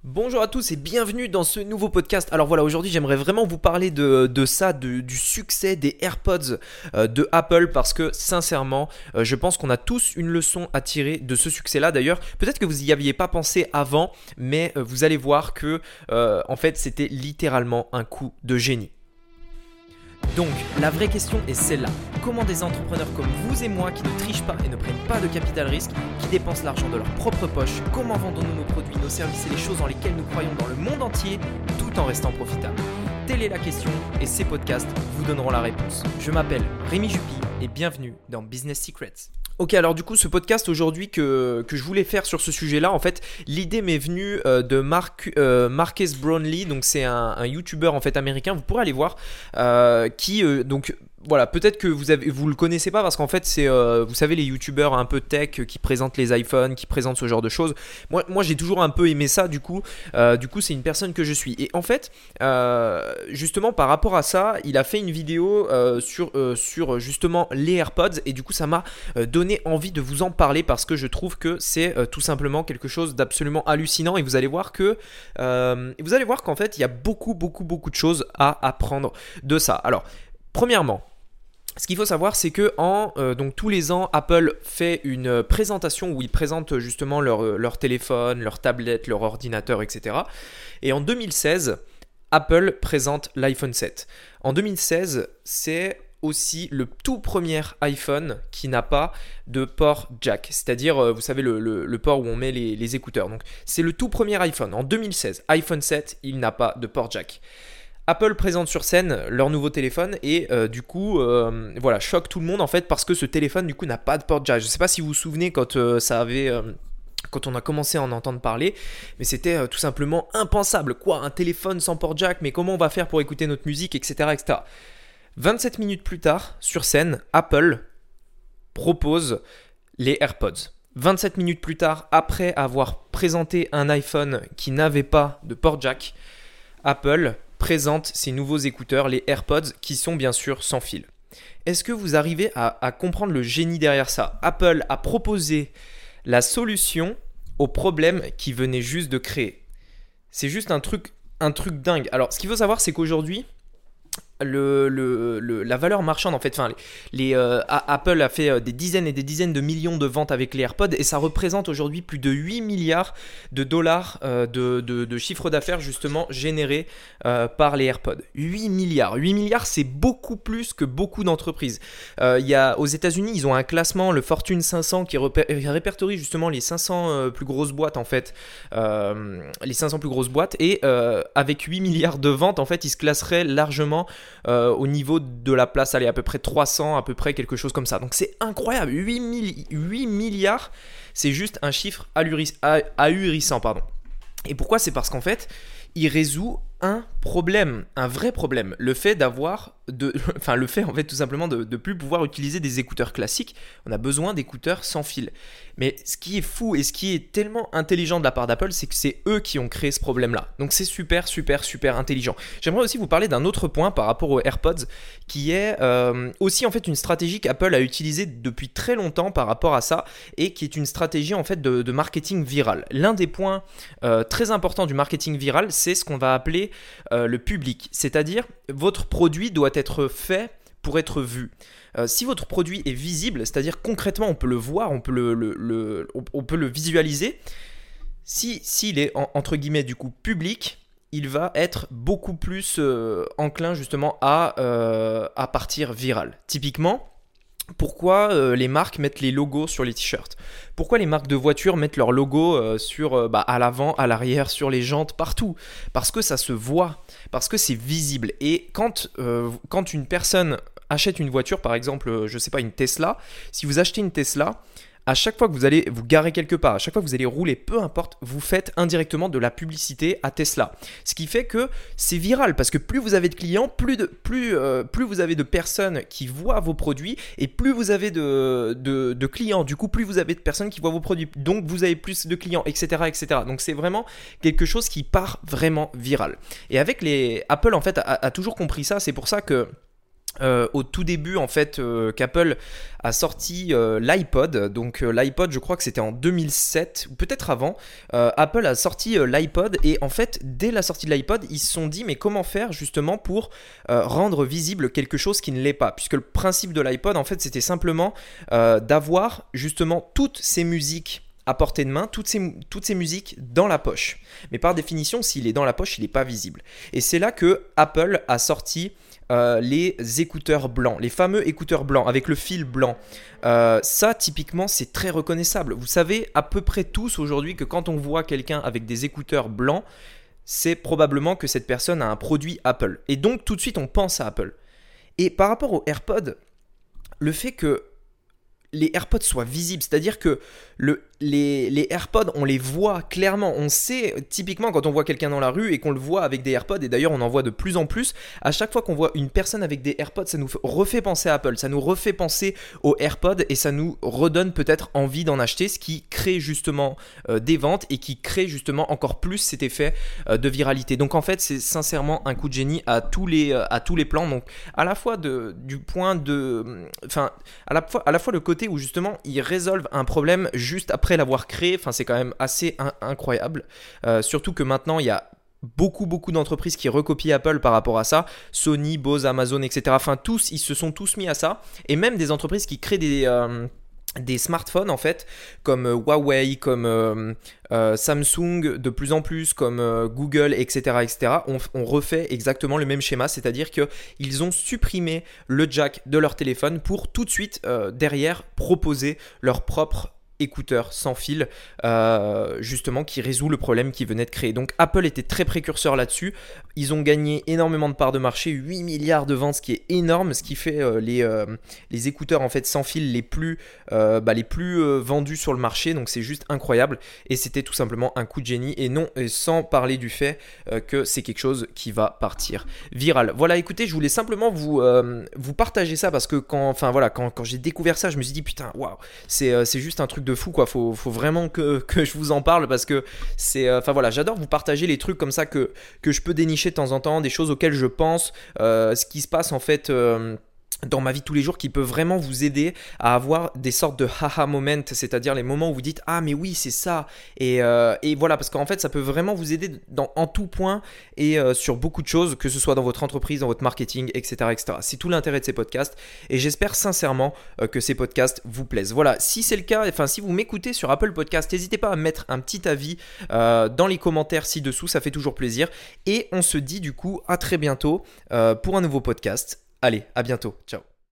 Bonjour à tous et bienvenue dans ce nouveau podcast. Alors voilà, aujourd'hui j'aimerais vraiment vous parler du succès des AirPods de Apple parce que sincèrement, je pense qu'on a tous une leçon à tirer de ce succès-là. D'ailleurs, peut-être que vous n'y aviez pas pensé avant, mais vous allez voir que en fait c'était littéralement un coup de génie. Donc, la vraie question est celle-là. Comment des entrepreneurs comme vous et moi qui ne trichent pas et ne prennent pas de capital risque, qui dépensent l'argent de leur propre poche, comment vendons-nous nos produits, nos services et les choses dans lesquelles nous croyons dans le monde entier, tout en restant profitables? Telle est la question et ces podcasts vous donneront la réponse. Je m'appelle Rémi Jupy et bienvenue dans Business Secrets. Ok, alors du coup, ce podcast aujourd'hui que je voulais faire sur ce sujet-là, en fait, l'idée m'est venue de Marques Brownlee, donc c'est un YouTuber en fait américain, vous pourrez aller voir, donc voilà, peut-être que vous le connaissez pas parce qu'en fait c'est, vous savez, les YouTubers un peu tech qui présentent les iPhones, qui présentent ce genre de choses. Moi j'ai toujours un peu aimé ça, du coup c'est une personne que je suis. Et en fait, justement par rapport à ça, il a fait une vidéo sur justement les AirPods et du coup ça m'a donné envie de vous en parler parce que je trouve que c'est tout simplement quelque chose d'absolument hallucinant et vous allez voir qu'en fait il y a beaucoup de choses à apprendre de ça. Alors, premièrement, ce qu'il faut savoir, c'est que donc tous les ans, Apple fait une présentation où ils présentent justement leur téléphone, leur tablette, leur ordinateur, etc. Et en 2016, Apple présente l'iPhone 7. En 2016, c'est aussi le tout premier iPhone qui n'a pas de port jack, c'est-à-dire vous savez le port où on met les écouteurs. Donc c'est le tout premier iPhone. En 2016, iPhone 7, il n'a pas de port jack. Apple présente sur scène leur nouveau téléphone et du coup voilà, choque tout le monde en fait parce que ce téléphone du coup n'a pas de port jack. Je ne sais pas si vous vous souvenez quand quand on a commencé à en entendre parler, mais c'était tout simplement impensable. Quoi, un téléphone sans port jack, mais comment on va faire pour écouter notre musique, etc., etc. 27 minutes plus tard, sur scène, Apple propose les AirPods. 27 minutes plus tard, après avoir présenté un iPhone qui n'avait pas de port jack, Apple présente ses nouveaux écouteurs, les AirPods, qui sont bien sûr sans fil. Est-ce que vous arrivez à comprendre le génie derrière ça? Apple a proposé la solution au problème qu'il venait juste de créer. C'est juste un truc dingue. Alors, ce qu'il faut savoir, c'est qu'aujourd'hui, la valeur marchande en fait, Apple a fait des dizaines et des dizaines de millions de ventes avec les AirPods et ça représente aujourd'hui plus de 8 milliards de dollars de chiffre d'affaires justement généré par les AirPods. 8 milliards, c'est beaucoup plus que beaucoup d'entreprises. Aux États-Unis, ils ont un classement, le Fortune 500, qui répertorie justement les 500 plus grosses boîtes en fait, les 500 plus grosses boîtes, et avec 8 milliards de ventes en fait, ils se classeraient largement au niveau de la place, allez, à peu près 300, à peu près quelque chose comme ça. Donc c'est incroyable, 8 milliards, c'est juste un chiffre ahurissant, pardon. Et pourquoi? C'est parce qu'en fait, il résout un problème, un vrai problème. Le fait en fait tout simplement de plus pouvoir utiliser des écouteurs classiques. On a besoin d'écouteurs sans fil. Mais ce qui est fou et ce qui est tellement intelligent de la part d'Apple, c'est que c'est eux qui ont créé ce problème-là. Donc c'est super intelligent. J'aimerais aussi vous parler d'un autre point par rapport aux AirPods, qui est aussi en fait une stratégie qu'Apple a utilisée depuis très longtemps par rapport à ça, et qui est une stratégie en fait de marketing viral. L'un des points très importants du marketing viral, c'est ce qu'on va appeler le public, c'est-à-dire votre produit doit être fait pour être vu. Si votre produit est visible, c'est-à-dire concrètement on peut le voir, on peut le visualiser, s'il est entre guillemets du coup public, il va être beaucoup plus enclin justement à partir viral. Typiquement, pourquoi les marques mettent les logos sur les t-shirts? Pourquoi les marques de voitures mettent leur logo à l'avant, à l'arrière, sur les jantes, partout? Parce que ça se voit, parce que c'est visible. Et quand une personne achète une voiture, par exemple, je sais pas, une Tesla, si vous achetez une Tesla, à chaque fois que vous allez vous garer quelque part, à chaque fois que vous allez rouler, peu importe, vous faites indirectement de la publicité à Tesla. Ce qui fait que c'est viral parce que plus vous avez de clients, plus vous avez de personnes qui voient vos produits et plus vous avez de clients. Du coup, plus vous avez de personnes qui voient vos produits. Donc, vous avez plus de clients, etc., etc. Donc, c'est vraiment quelque chose qui part vraiment viral. Et avec Apple, en fait, a toujours compris ça. C'est pour ça que au tout début en fait qu'Apple a sorti l'iPod. Donc l'iPod, je crois que c'était en 2007 ou peut-être avant. Apple a sorti l'iPod et en fait dès la sortie de l'iPod ils se sont dit mais comment faire justement pour rendre visible quelque chose qui ne l'est pas, puisque le principe de l'iPod en fait c'était simplement d'avoir justement toutes ces musiques à portée de main, toutes ces musiques dans la poche. Mais par définition, s'il est dans la poche, il n'est pas visible. Et c'est là que Apple a sorti les écouteurs blancs, les fameux écouteurs blancs avec le fil blanc. Ça, typiquement, c'est très reconnaissable. Vous savez à peu près tous aujourd'hui que quand on voit quelqu'un avec des écouteurs blancs, c'est probablement que cette personne a un produit Apple. Et donc, tout de suite, on pense à Apple. Et par rapport aux AirPods, le fait que les AirPods soient visibles, c'est-à-dire que les AirPods, on les voit clairement, on sait typiquement quand on voit quelqu'un dans la rue et qu'on le voit avec des AirPods, et d'ailleurs on en voit de plus en plus, à chaque fois qu'on voit une personne avec des AirPods, ça nous refait penser à Apple, ça nous refait penser aux AirPods et ça nous redonne peut-être envie d'en acheter, ce qui crée justement des ventes et qui crée justement encore plus cet effet de viralité. Donc en fait c'est sincèrement un coup de génie à tous les plans, donc à la fois du point de... Enfin, à la fois le côté où justement ils résolvent un problème juste après l'avoir créé, enfin c'est quand même assez incroyable, surtout que maintenant il y a beaucoup d'entreprises qui recopient Apple par rapport à ça, Sony, Bose, Amazon, etc. Enfin tous, ils se sont tous mis à ça, et même des entreprises qui créent des smartphones en fait, comme Huawei, comme Samsung, de plus en plus, comme Google, etc. On refait exactement le même schéma, c'est-à-dire qu'ils ont supprimé le jack de leur téléphone pour tout de suite derrière proposer leur propre écouteurs sans fil, justement qui résout le problème qu'ils venaient de créer. Donc Apple était très précurseur là-dessus, ils ont gagné énormément de parts de marché, 8 milliards de ventes, ce qui est énorme, ce qui fait les écouteurs en fait sans fil les plus vendus sur le marché, donc c'est juste incroyable et c'était tout simplement un coup de génie, et sans parler du fait que c'est quelque chose qui va partir viral. Voilà, écoutez, je voulais simplement vous partager ça parce que quand j'ai découvert ça, je me suis dit putain, waouh, c'est juste un truc de fou quoi, faut vraiment que je vous en parle parce que c'est j'adore vous partager les trucs comme ça que je peux dénicher de temps en temps, des choses auxquelles je pense, ce qui se passe en fait dans ma vie de tous les jours, qui peut vraiment vous aider à avoir des sortes de haha moments, c'est-à-dire les moments où vous dites ah mais oui c'est ça, et voilà, parce qu'en fait ça peut vraiment vous aider en tout point et sur beaucoup de choses, que ce soit dans votre entreprise, dans votre marketing, etc. C'est tout l'intérêt de ces podcasts et j'espère sincèrement que ces podcasts vous plaisent. Voilà, si c'est le cas, enfin si vous m'écoutez sur Apple Podcast, n'hésitez pas à mettre un petit avis dans les commentaires ci-dessous, ça fait toujours plaisir, et on se dit du coup à très bientôt pour un nouveau podcast. Allez, à bientôt. Ciao.